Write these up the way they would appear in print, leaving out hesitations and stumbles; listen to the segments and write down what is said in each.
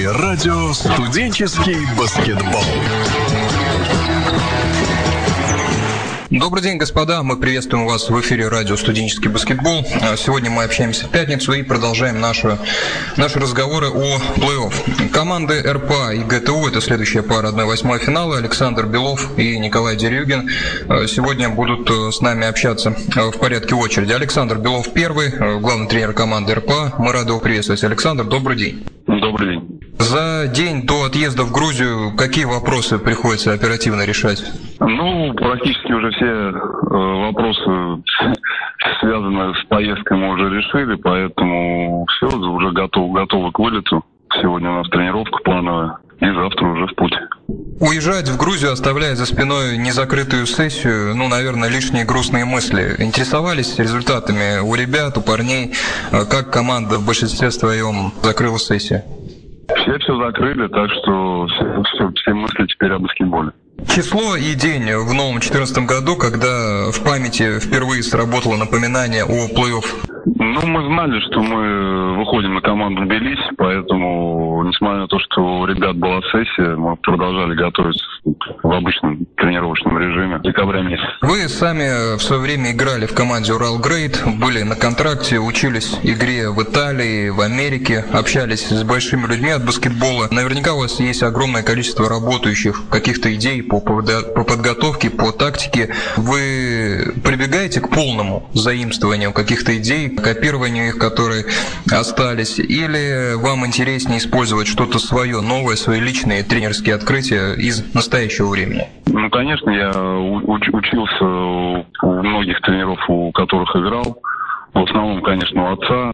эфире радио «Студенческий баскетбол». Добрый день, господа. Мы приветствуем вас в эфире радио «Студенческий баскетбол». Сегодня мы общаемся в пятницу и продолжаем наши разговоры о плей-офф. Команды РПА и ГТУ – это следующая пара 1/8 финала. Александр Белов и Николай Дерюгин сегодня будут с нами общаться в порядке очереди. Александр Белов первый, главный тренер команды РПА. Мы рады его приветствовать. Александр, добрый день. Добрый день. За день до отъезда в Грузию какие вопросы приходится оперативно решать? Практически уже все вопросы, связанные с поездкой, мы уже решили, поэтому все, уже готовы к вылету. Сегодня у нас тренировка плановая, и завтра уже в путь. Уезжать в Грузию, оставляя за спиной незакрытую сессию, наверное, лишние грустные мысли. Интересовались результатами у ребят, у парней, как команда в большинстве своем закрыла сессию? Все закрыли, так что все мысли теперь о баскетболе. Число и день в новом 2014 году, когда в памяти впервые сработало напоминание о плей-офф. Мы знали, что мы выходим на команду Тбилиси, поэтому, несмотря на то, что у ребят была сессия, мы продолжали готовиться в обычном тренировочном режиме в декабре месяце. Вы сами в свое время играли в команде Урал Грейд, были на контракте, учились игре в Италии, в Америке, общались с большими людьми от баскетбола. Наверняка у вас есть огромное количество работающих каких-то идей по подготовке, по тактике. Вы прибегаете к полному заимствованию каких-то идей, копированию их, которые остались, или вам интереснее использовать что-то свое, новое, свои личные тренерские открытия из настоящего времени? Конечно, я учился у многих тренеров, у которых играл. В основном, конечно, у отца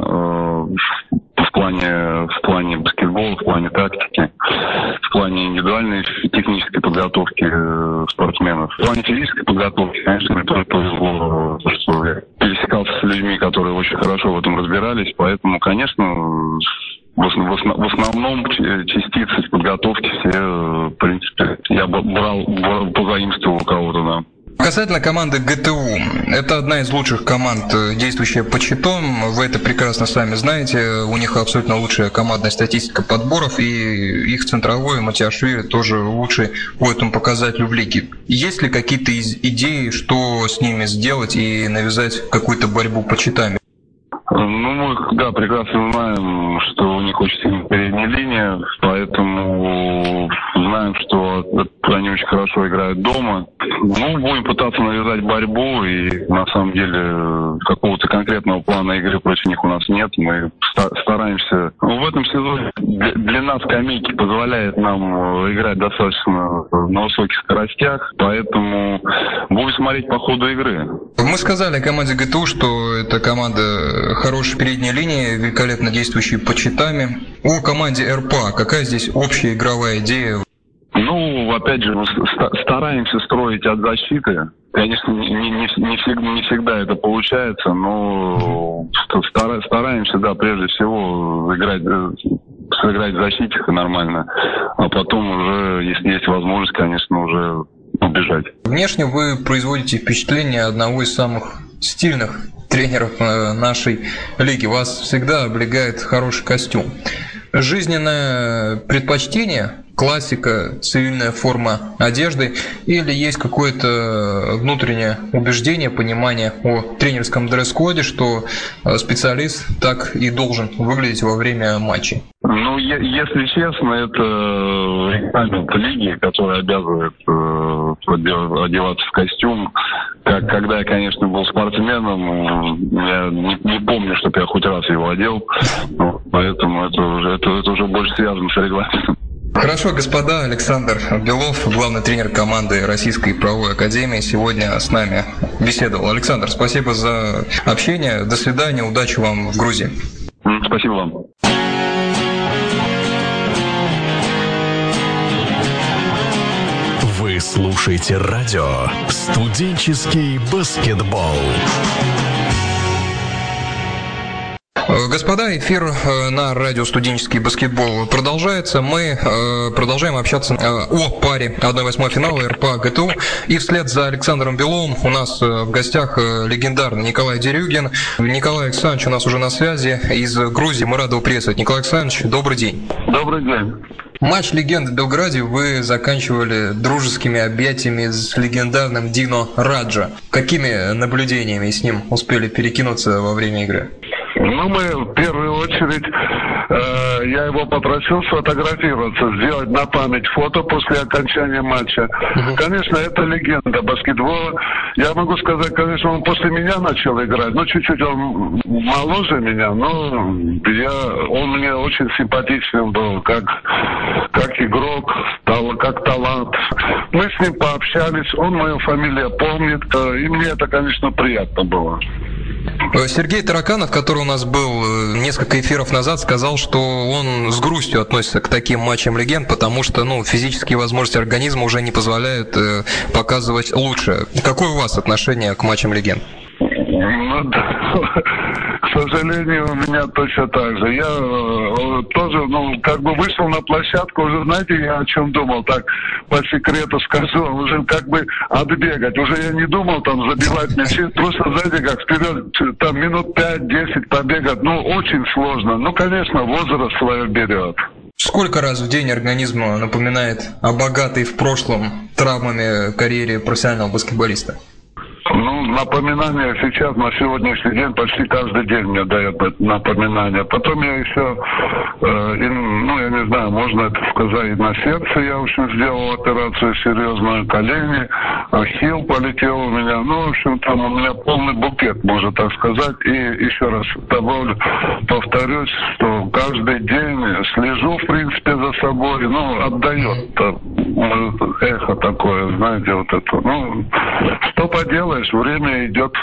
в плане баскетбола, в плане тактики, в плане индивидуальной технической подготовки спортсменов. В плане физической подготовки, конечно, мне тоже повезло, что я пересекался с людьми, которые очень хорошо в этом разбирались, поэтому, конечно, в основном частицы подготовки все, в принципе, я брал, позаимствовал у кого-то, да. Касательно команды ГТУ, это одна из лучших команд, действующая по читам, вы это прекрасно сами знаете, у них абсолютно лучшая командная статистика подборов, и их центровой Матиашвили тоже лучший по этому показателю в лиге. Есть ли какие-то идеи, что с ними сделать и навязать какую-то борьбу по читам? Мы, прекрасно знаем, что у них очень сильная передняя линия, поэтому знаем, что они очень хорошо играют дома. Будем пытаться навязать борьбу, и на самом деле какого-то конкретного плана игры против них у нас нет. Мы стараемся. В этом сезоне длина скамейки позволяет нам играть достаточно на высоких скоростях, поэтому будем смотреть по ходу игры. Мы сказали о команде ГТУ, что это команда хорошей передней линии, великолепно действующей по читами. О команде РПА какая здесь общая игровая идея? Опять же, мы стараемся строить от защиты. Конечно, не всегда это получается, но стараемся, прежде всего, сыграть в защите нормально, а потом уже, если есть возможность, конечно, уже убежать. Внешне вы производите впечатление одного из самых стильных тренеров нашей лиги. Вас всегда облегает хороший костюм. Жизненное предпочтение, классика, цивильная форма одежды, или есть какое-то внутреннее убеждение, понимание о тренерском дресс-коде, что специалист так и должен выглядеть во время матчей? Если честно, это регламент лиги, который обязывает одеваться в костюм. Когда я, конечно, был спортсменом, я не помню, чтобы я хоть раз его одел, поэтому это уже больше связано с регламентом. Хорошо, господа, Александр Белов, главный тренер команды Российской правовой академии, сегодня с нами беседовал. Александр, спасибо за общение, до свидания, удачи вам в Грузии. Спасибо вам. Вы слушаете радио «Студенческий баскетбол». Господа, эфир на радио «Студенческий баскетбол» продолжается. Мы продолжаем общаться о паре 1/8 финала РПА ГТУ. И вслед за Александром Беловым у нас в гостях легендарный Николай Дерюгин. Николай Александрович у нас уже на связи из Грузии. Мы рады его приветствовать. Николай Александрович, добрый день. Добрый день. Матч легенд в Белграде вы заканчивали дружескими объятиями с легендарным Дино Раджа. Какими наблюдениями с ним успели перекинуться во время игры? Ну, мы в первую очередь, я его попросил сфотографироваться, сделать на память фото после окончания матча. Конечно, это легенда баскетбола. Я могу сказать, конечно, он после меня начал играть. Ну, чуть-чуть он моложе меня, но он мне очень симпатичным был, как игрок, как талант. Мы с ним пообщались, он мою фамилию помнит, и мне это, конечно, приятно было. Сергей Тараканов, который у нас был несколько эфиров назад, сказал, что он с грустью относится к таким матчам легенд, потому что физические возможности организма уже не позволяют показывать лучше. Какое у вас отношение к матчам легенд? Ну, да. К сожалению, у меня точно так же. Я тоже, вышел на площадку, уже, знаете, я о чем думал, так, по секрету скажу, уже отбегать. Уже я не думал там забивать мячи, просто, знаете, как вперед, там минут 5-10 побегать, очень сложно. Конечно, возраст свое берет. Сколько раз в день организм напоминает о богатой в прошлом травмами карьере профессионального баскетболиста? Напоминание сейчас, на сегодняшний день, почти каждый день мне дает напоминание. Потом я еще, я не знаю, можно это сказать, и на сердце я, в общем, сделал операцию серьезную, колени, ахилл полетел у меня. В общем, там у меня полный букет, можно так сказать. И еще раз повторюсь, что каждый день слежу, в принципе, за собой, отдает эхо такое, знаете, вот это. Что поделаешь, время идет.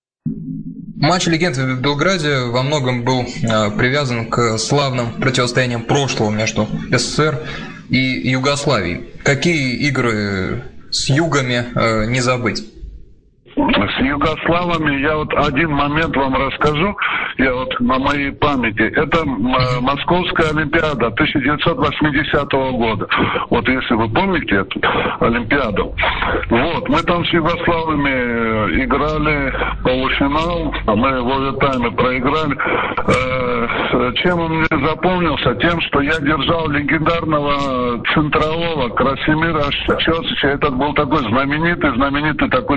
Матч легенд в Белграде во многом был привязан к славным противостояниям прошлого между СССР и Югославией. Какие игры с югами не забыть? С югославами я один момент вам расскажу, на моей памяти. Это Московская Олимпиада 1980 года. Если вы помните эту Олимпиаду. Мы там с югославами играли полуфинал, а мы в овертайме проиграли. Чем он мне запомнился? Тем, что я держал легендарного центрового Красимира Чосича. Этот был такой знаменитый такой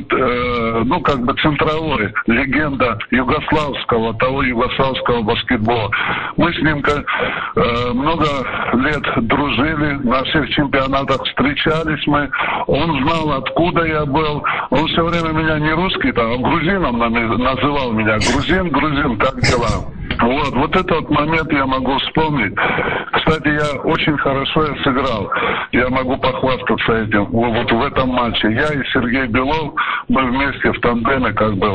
центровой, легенда того югославского баскетбола. Мы с ним много лет дружили, на всех чемпионатах встречались мы. Он знал, откуда я был. Он все время меня не русский, а грузином называл меня. Грузин, как дела? Этот момент я могу вспомнить. Кстати, я очень хорошо сыграл. Я могу похвастаться этим. В этом матче. Я и Сергей Белов, мы вместе в тандеме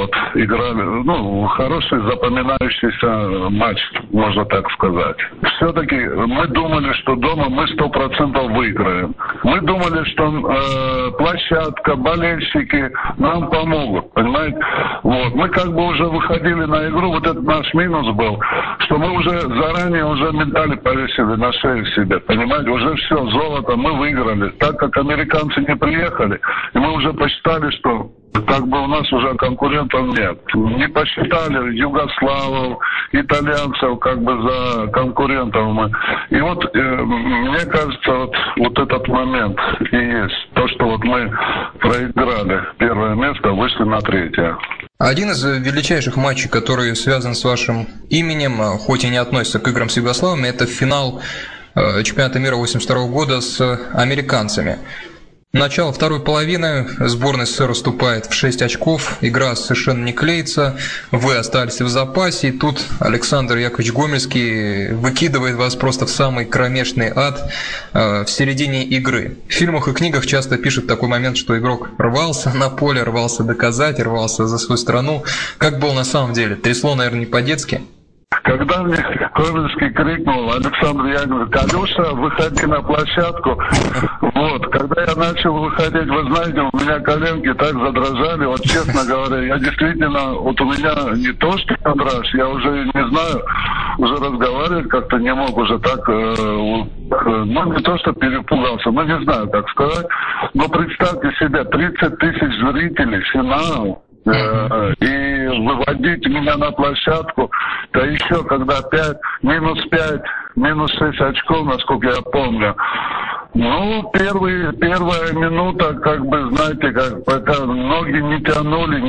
играли. Хороший, запоминающийся матч, можно так сказать. Все-таки мы думали, что дома мы 100% выиграем. Мы думали, что площадка, болельщики нам помогут, понимаете? Мы уже выходили на игру, этот наш минус был, что мы уже заранее медали повесили на шею себе, понимаете? Уже все, золото мы выиграли. Так как американцы не приехали, и мы уже посчитали, что у нас уже конкурентов нет. Не посчитали югославов, итальянцев за конкурентов мы. И мне кажется, этот момент и есть. То, что мы проиграли первое место, вышли на третье. Один из величайших матчей, который связан с вашим именем, хоть и не относится к играм с югославами, это финал чемпионата мира 1982 года с американцами. Начало второй половины, сборная СССР уступает в 6 очков, игра совершенно не клеится, вы остались в запасе, и тут Александр Яковлевич Гомельский выкидывает вас просто в самый кромешный ад в середине игры. В фильмах и книгах часто пишут такой момент, что игрок рвался на поле, рвался доказать, рвался за свою страну. Как было на самом деле? Трясло, наверное, не по-детски? когда мне Ковенский крикнул: Александр Яковлевич, Алеша, выходи на площадку. Вот, когда я начал выходить, вы знаете, у меня коленки так задрожали, вот честно говоря, я действительно, вот у меня не то что дрожь, я уже не знаю, уже разговаривать как-то не мог уже так, ну не то что перепугался, ну не знаю как сказать, но представьте себе, 30 тысяч зрителей, финал. И выводить меня на площадку, да еще когда минус 6 очков, насколько я помню. Ну, первая минута, как бы, знаете, как пока ноги не тянули,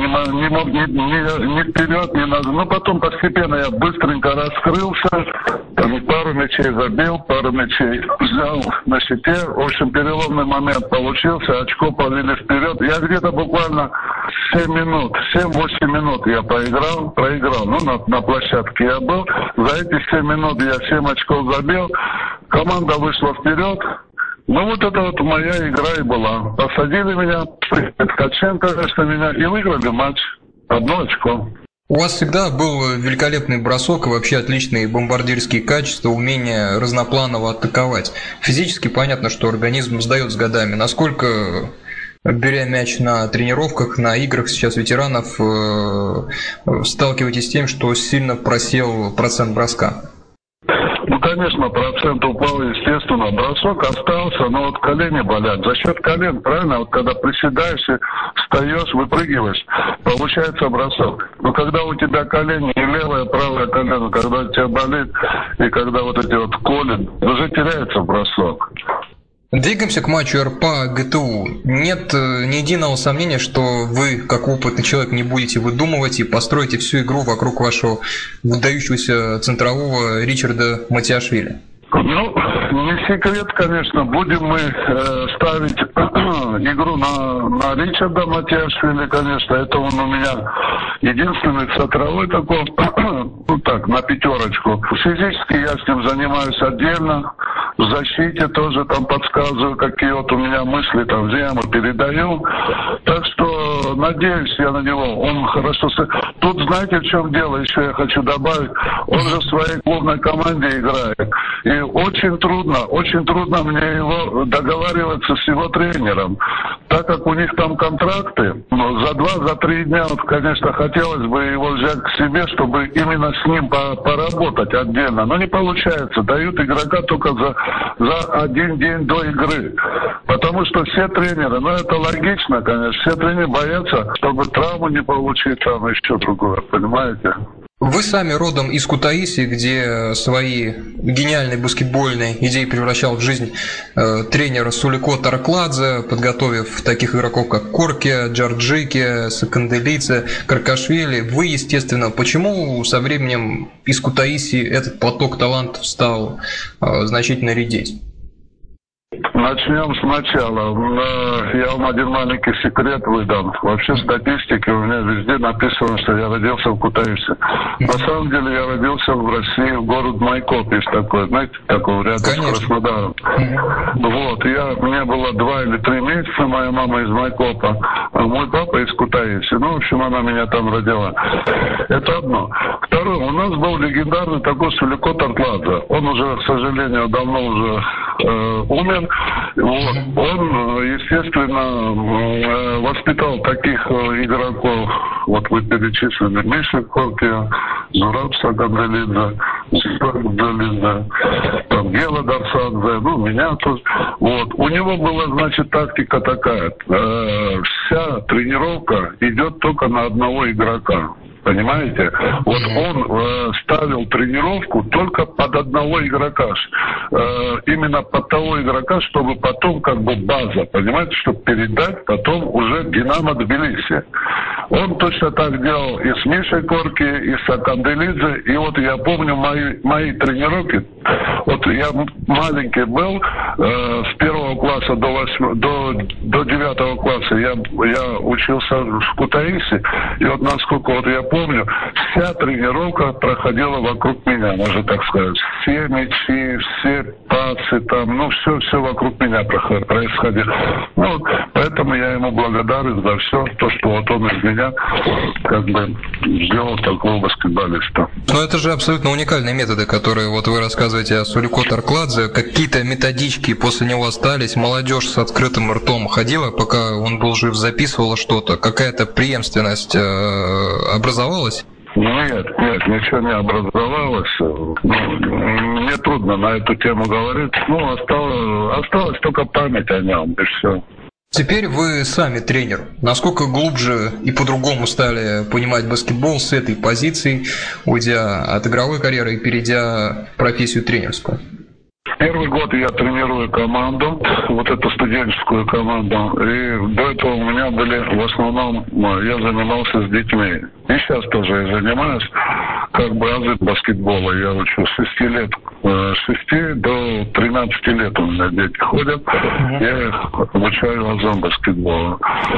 ни вперед, ни назад. Ну, потом постепенно я быстренько раскрылся, там пару мячей забил, пару мячей взял на щите. В общем, переломный момент получился, очко повели вперед. Я где-то буквально 7-8 минут я проиграл. Ну, на площадке я был. За эти 7 минут я 7 очков забил. Команда вышла вперед. Ну, вот это вот моя игра и была. Посадили меня, Ткаченко, конечно, меня, и выиграли матч. 1 очко. У вас всегда был великолепный бросок и вообще отличные бомбардирские качества, умение разнопланово атаковать. Физически понятно, что организм сдает с годами. Насколько, беря мяч на тренировках, на играх сейчас ветеранов, сталкиваетесь с тем, что сильно просел процент броска? Ну, конечно, процент упал, естественно, бросок остался, но вот колени болят. За счет колен, правильно, вот когда приседаешь и встаешь, выпрыгиваешь, получается бросок. Но когда у тебя колени, и левое, правое колено, когда у тебя болит, и когда вот эти вот колят, уже теряется бросок. Двигаемся к матчу РПА ГТУ. Нет ни единого сомнения, что вы, как опытный человек, не будете выдумывать и построите всю игру вокруг вашего выдающегося центрового Ричарда Матиашвили. Ну, не секрет, конечно, будем мы ставить игру на Ричарда Матиашвили, конечно, это он у меня единственный центровой такой, ну так, на 5. Физически я с ним занимаюсь отдельно, в защите тоже там подсказываю, какие вот у меня мысли там, где я ему передаю. Так что надеюсь я на него, он хорошо... Тут знаете, в чем дело, еще я хочу добавить, он же в своей клубной команде играет, и очень трудно мне его договариваться с его тренером, так как у них там контракты, но за 2-3 дня, вот, конечно, хотелось бы его взять к себе, чтобы именно с ним поработать отдельно, но не получается, дают игрока только за 1 день до игры, потому что все тренеры, ну это логично, конечно, все тренеры боятся, чтобы травму не получить, там еще другое, понимаете? Вы сами родом из Кутаиси, где свои гениальные баскетбольные идеи превращал в жизнь тренер Сулико Таркладзе, подготовив таких игроков, как Корки, Джорджики, Саканделидзе, Каркашвили. Вы, естественно, почему со временем из Кутаиси этот поток талантов стал значительно редеть? Начнем сначала. Я вам один маленький секрет выдам. Вообще в статистике у меня везде написано, что я родился в Кутаиси. На самом деле я родился в России, в город Майкоп есть такой, знаете, такой рядом с Краснодаром. Вот, мне было 2 или 3 месяца, моя мама из Майкопа, а мой папа из Кутаиси. Ну, в общем, она меня там родила. Это одно. Второе, у нас был легендарный такой Сулико Таркладзе. Он уже, к сожалению, давно уже умер. Вот. Он, естественно, воспитал таких игроков, вот вы перечислили, Миша Корки, Зураб Саканделидзе, там Гела Дарсадзе, ну, меня тоже. Вот. У него была, значит, тактика такая. Вся тренировка идет только на одного игрока. Понимаете? Вот он ставил тренировку только под одного игрока. Именно под того игрока, чтобы потом как бы база, понимаете, чтобы передать потом уже Динамо Тбилиси. Он точно так делал и с Мишей Корки, и с Саканделидзе. И вот я помню мои тренировки. Вот я маленький был, с 1 класса до 9 класса я учился в Кутаиси. И вот насколько вот я помню, вся тренировка проходила вокруг меня, можно так сказать. Все мячи, все пасы там, ну, все вокруг меня происходило. Ну, поэтому я ему благодарен за все, то, что вот он из меня как бы сделал такого баскетболиста. Ну, это же абсолютно уникальные методы, которые вот вы рассказываете о Сулико Таркладзе. Какие-то методички после него остались? Молодежь с открытым ртом ходила, пока он был жив, записывала что-то? Какая-то преемственность образовалась? Нет, ничего не образовалось. Ну, мне трудно на эту тему говорить. Ну, осталась только память о нем, и все. Теперь вы сами тренер. Насколько глубже и по-другому стали понимать баскетбол с этой позиции, уйдя от игровой карьеры и перейдя в профессию тренерскую? Первый год я тренирую команду, вот эту студенческую команду, и до этого у меня были, в основном, я занимался с детьми. И сейчас тоже я занимаюсь, как бы азы баскетбола. Я учу с 6 лет, с 6 до 13 лет у меня дети ходят, я их обучаю азам баскетбола.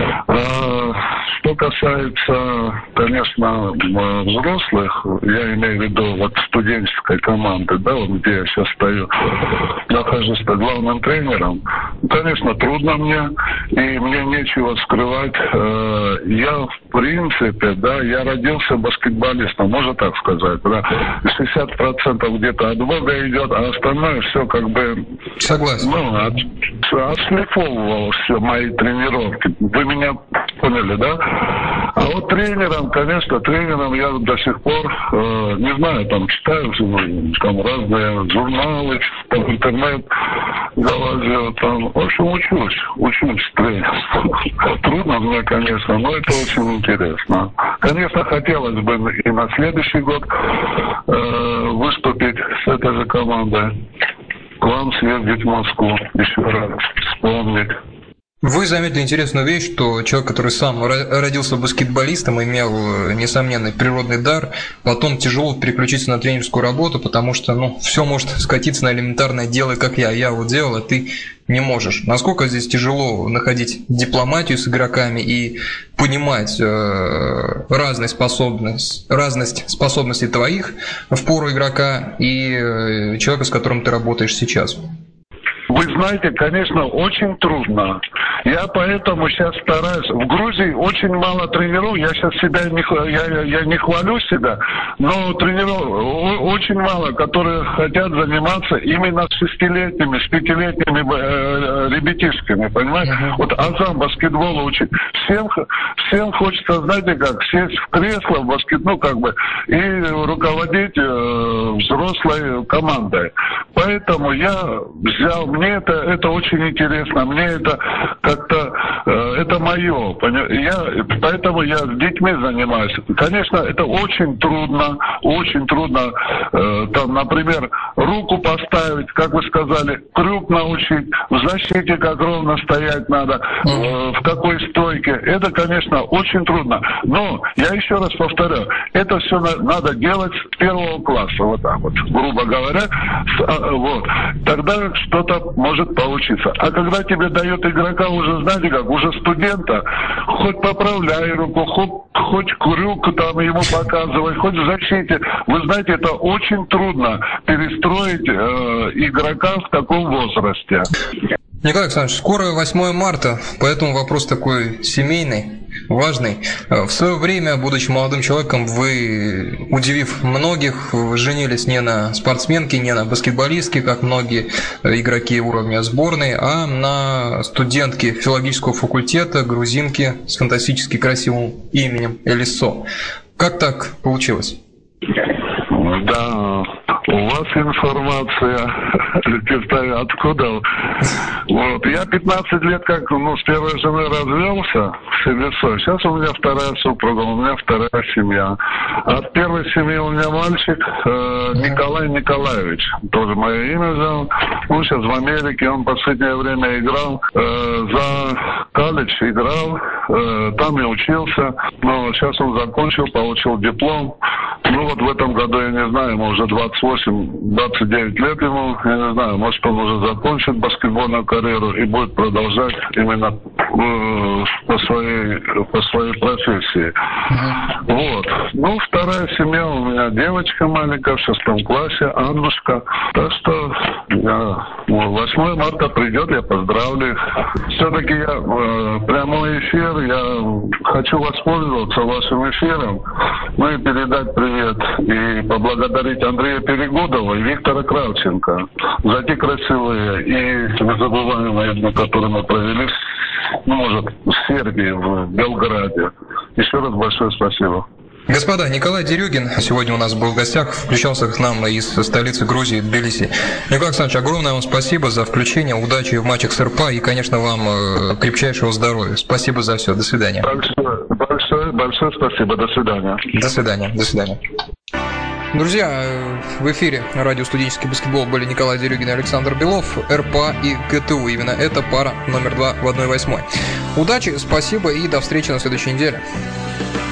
Что касается, конечно, взрослых, я имею в виду вот студенческой команды, да, вот где я сейчас стою, нахожусь главным тренером. Конечно, трудно мне, и мне нечего скрывать. Я, в принципе, да, я родился баскетболистом, можно так сказать, да. 60% где-то от Бога идет, а остальное все как бы... Согласен. Ну, отшлифовывал все мои тренировки. Вы меня поняли, да? А вот тренером, конечно, я до сих пор, не знаю, там читаю там разные журналы, там в интернет залазил, там, в общем, учусь тренеру. Трудно мне, конечно, но это очень интересно. Конечно, хотелось бы и на следующий год выступить с этой же командой, к вам съездить в Москву, еще раз вспомнить. Вы заметили интересную вещь, что человек, который сам родился баскетболистом, имел несомненный природный дар, потом тяжело переключиться на тренерскую работу, потому что, все может скатиться на элементарное «делай, как я вот делал, а ты не можешь». Насколько здесь тяжело находить дипломатию с игроками и понимать разность способностей твоих в пору игрока и человека, с которым ты работаешь сейчас? Вы знаете, конечно, очень трудно. Я поэтому сейчас стараюсь. В Грузии очень мало тренеров. Я сейчас себя не хвалю себя, но тренеров очень мало, которые хотят заниматься именно с 6-летними, с 5-летними ребятишками, понимаете? Вот азам баскетбола учить. Всем хочется, знаете как, сесть в кресло в и руководить взрослой командой. Поэтому я взял, мне это очень интересно, мне это как-то, это мое, поэтому я с детьми занимаюсь. Конечно, это очень трудно, там, например, руку поставить, как вы сказали, крюк научить, в защите как ровно стоять надо, в какой стойке, это, конечно, очень трудно. Но, я еще раз повторяю, это все надо делать с 1 класса, вот так вот, грубо говоря, вот. Тогда что-то может получиться. А когда тебе дают игрока уже, знаете как, уже студента, хоть поправляй руку, хоть крюк там ему показывай, хоть в защите. Вы знаете, это очень трудно перестроить игрока в таком возрасте. Николай Александрович, скоро 8 марта, поэтому вопрос такой семейный, важный. В свое время, будучи молодым человеком, вы, удивив многих, женились не на спортсменке, не на баскетболистке, как многие игроки уровня сборной, а на студентке филологического факультета, грузинке с фантастически красивым именем Элисо. Как так получилось? Да, у вас информация, откуда? Вот, я 15 лет как, с первой женой развелся с Элисой. Сейчас у меня вторая супруга, у меня вторая семья. От первой семьи у меня мальчик Николай Николаевич, тоже мое имя взял. Он сейчас в Америке, он в последнее время играл, за колледж играл, там и учился. Но сейчас он закончил, получил диплом. Ну вот в этом году, я не знаю, ему уже 28-29 лет ему, я не знаю, может он уже закончит баскетбольную карьеру и будет продолжать именно по своей профессии. Вот. Ну, вторая семья у меня девочка маленькая в 6 классе, Аннушка. Так что 8 марта придет, я поздравлю их. Все-таки я прямой эфир, я хочу воспользоваться вашим эфиром, ну и передать привет и поблагодарить Андрея Перегудова и Виктора Кравченко за те красивые и незабываемые дни, которые мы провели, может, в Сербии, в Белграде. Еще раз большое спасибо. Господа, Николай Дерюгин сегодня у нас был в гостях, включался к нам из столицы Грузии, Тбилиси. Николай Александрович, огромное вам спасибо за включение, удачи в матчах с РПА и, конечно, вам крепчайшего здоровья. Спасибо за все, до свидания. Большое спасибо, до свидания. До свидания, до свидания. Друзья, в эфире радио «Студенческий баскетбол» были Николай Дерюгин и Александр Белов, РПА и ГТУ. Именно эта пара номер 2 в 1/8. Удачи, спасибо и до встречи на следующей неделе.